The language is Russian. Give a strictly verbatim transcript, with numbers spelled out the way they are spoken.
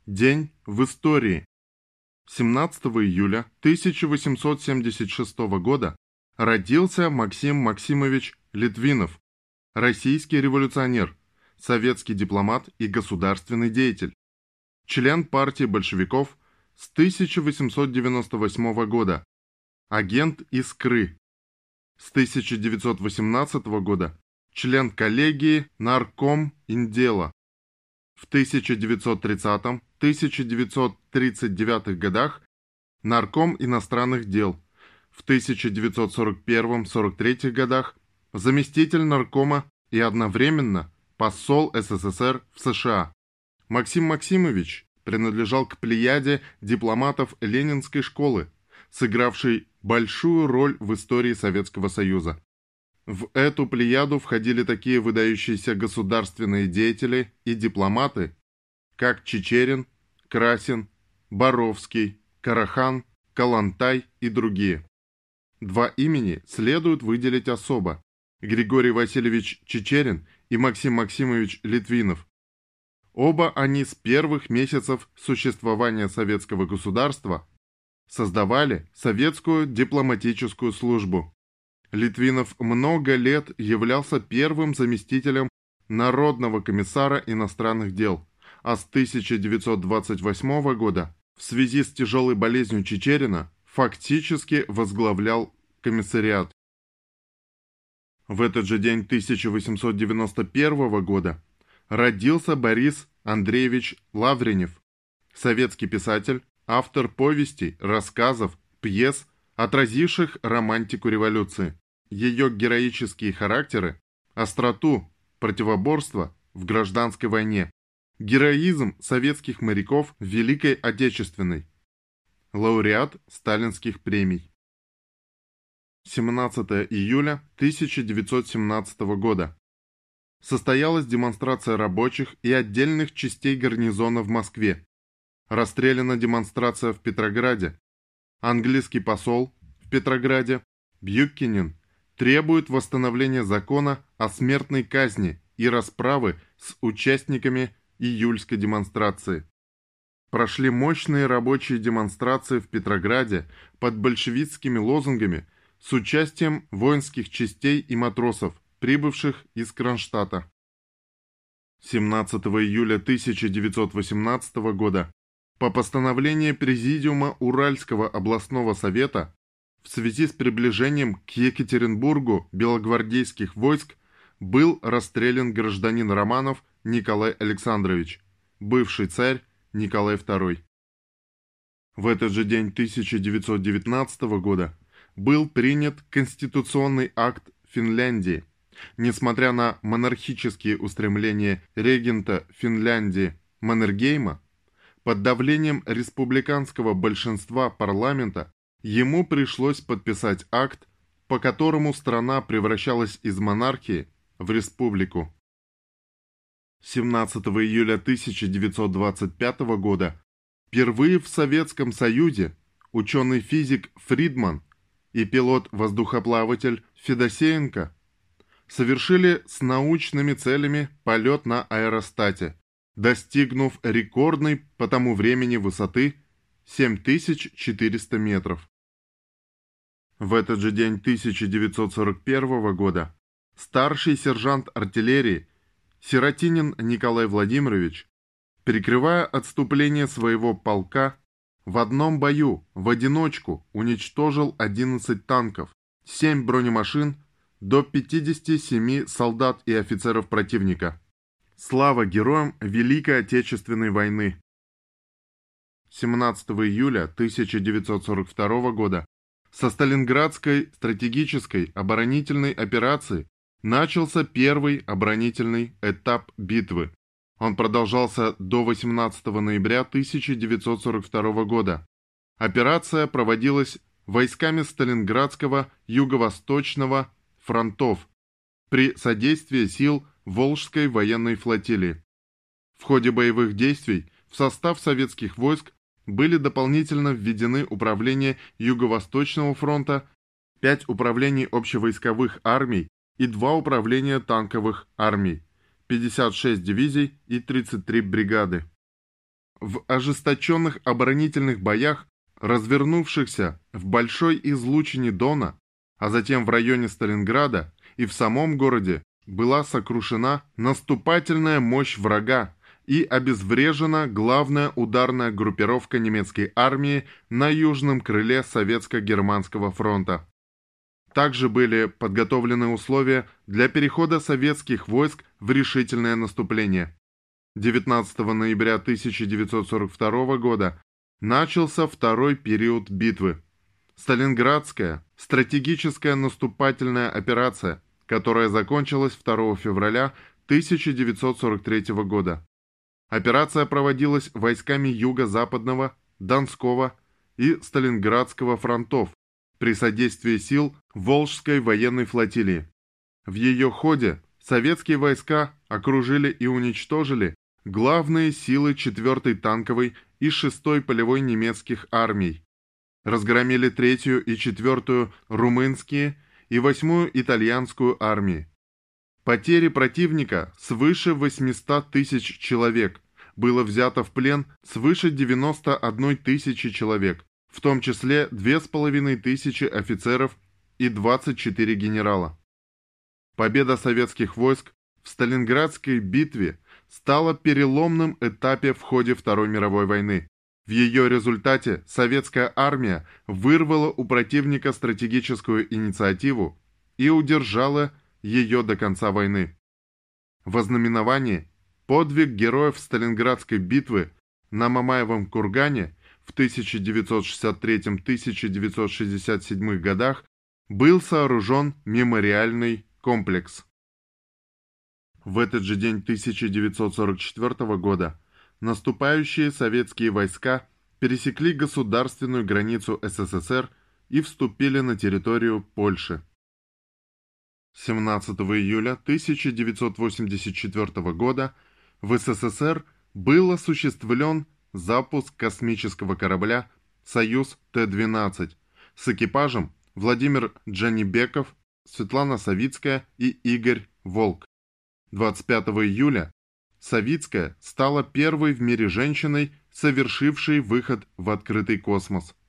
День в истории. семнадцатого июля тысяча восемьсот семьдесят шестого года родился Максим Максимович Литвинов, российский революционер, советский дипломат и государственный деятель, член партии большевиков с тысяча восемьсот девяносто восьмого года, агент Искры, с тысяча девятьсот восемнадцатого года член коллегии Нарком Индела. В тысяча девятьсот тридцатом — тысяча девятьсот тридцать девятом годах нарком иностранных дел, в тысяча девятьсот сорок первом — сорок третьем годах заместитель наркома и одновременно посол СССР в США. Максим Максимович принадлежал к плеяде дипломатов Ленинской школы, сыгравшей большую роль в истории Советского Союза. В эту плеяду входили такие выдающиеся государственные деятели и дипломаты, как Чичерин, Красин, Боровский, Карахан, Калантай и другие. Два имени следует выделить особо: Григорий Васильевич Чичерин и Максим Максимович Литвинов. Оба они с первых месяцев существования советского государства создавали советскую дипломатическую службу. Литвинов много лет являлся первым заместителем Народного комиссара иностранных дел, а с тысяча девятьсот двадцать восьмого года в связи с тяжелой болезнью Чичерина фактически возглавлял комиссариат. В этот же день тысяча восемьсот девяносто первого года родился Борис Андреевич Лавренев, советский писатель, автор повестей, рассказов, пьес, отразивших романтику революции, ее героические характеры, остроту противоборства в гражданской войне, героизм советских моряков в Великой Отечественной, лауреат сталинских премий. семнадцатого июля тысяча девятьсот семнадцатого года состоялась демонстрация рабочих и отдельных частей гарнизона в Москве. Расстреляна демонстрация в Петрограде. Английский посол в Петрограде Бьюкенен требует восстановления закона о смертной казни и расправы с участниками июльской демонстрации. Прошли мощные рабочие демонстрации в Петрограде под большевистскими лозунгами с участием воинских частей и матросов, прибывших из Кронштадта. семнадцатого июля тысяча девятьсот восемнадцатого года по постановлению Президиума Уральского областного совета в связи с приближением к Екатеринбургу белогвардейских войск был расстрелян гражданин Романов Николай Александрович, бывший царь Николай второй. В этот же день тысяча девятьсот девятнадцатого года был принят конституционный акт Финляндии. Несмотря на монархические устремления регента Финляндии Маннергейма, под давлением республиканского большинства парламента ему пришлось подписать акт, по которому страна превращалась из монархии в республику. семнадцатого июля тысяча девятьсот двадцать пятого года впервые в Советском Союзе ученый-физик Фридман и пилот-воздухоплаватель Федосеенко совершили с научными целями полет на аэростате, достигнув рекордной по тому времени высоты семь тысяч четыреста метров. В этот же день тысяча девятьсот сорок первого года старший сержант артиллерии Сиротинин Николай Владимирович, перекрывая отступление своего полка, в одном бою в одиночку уничтожил одиннадцать танков, семь бронемашин, до пятидесяти семи солдат и офицеров противника. Слава героям Великой Отечественной войны! семнадцатого июля тысяча девятьсот сорок второго года со Сталинградской стратегической оборонительной операции начался первый оборонительный этап битвы. Он продолжался до восемнадцатого ноября тысяча девятьсот сорок второго года. Операция проводилась войсками Сталинградского юго-восточного фронтов при содействии сил Волжской военной флотилии. В ходе боевых действий в состав советских войск были дополнительно введены управления Юго-Восточного фронта, пять управлений общевойсковых армий и два управления танковых армий, пятьдесят шесть дивизий и тридцать три бригады. в ожесточенных оборонительных боях, развернувшихся в большой излучине Дона, а затем в районе Сталинграда и в самом городе, была сокрушена наступательная мощь врага и обезврежена главная ударная группировка немецкой армии на южном крыле Советско-Германского фронта. Также были подготовлены условия для перехода советских войск в решительное наступление. девятнадцатого ноября тысяча девятьсот сорок второго года начался второй период битвы. Сталинградская стратегическая наступательная операция, которая закончилась второго февраля тысяча девятьсот сорок третьего года. Операция проводилась войсками Юго-Западного, Донского и Сталинградского фронтов при содействии сил Волжской военной флотилии. В ее ходе советские войска окружили и уничтожили главные силы четвёртой танковой и шестой полевой немецких армий, разгромили третью и четвёртую румынские и восьмую итальянскую армии. Потери противника свыше восьмисот тысяч человек, было взято в плен свыше девяноста одной тысячи человек, в том числе две с половиной тысячи офицеров и двадцать четыре генерала. Победа советских войск в Сталинградской битве стала переломным этапом в ходе Второй мировой войны. В ее результате советская армия вырвала у противника стратегическую инициативу и удержала ее до конца войны. В ознаменовании подвиг героев Сталинградской битвы на Мамаевом кургане в тысяча девятьсот шестьдесят третьем — тысяча девятьсот шестьдесят седьмом годах был сооружен мемориальный комплекс. В этот же день тысяча девятьсот сорок четвёртого года наступающие советские войска пересекли государственную границу СССР и вступили на территорию Польши. семнадцатого июля тысяча девятьсот восемьдесят четвёртого года в СССР был осуществлен запуск космического корабля «Союз Т двенадцать» с экипажем Владимир Джанибеков, Светлана Савицкая и Игорь Волк. двадцать пятого июля Савицкая стала первой в мире женщиной, совершившей выход в открытый космос.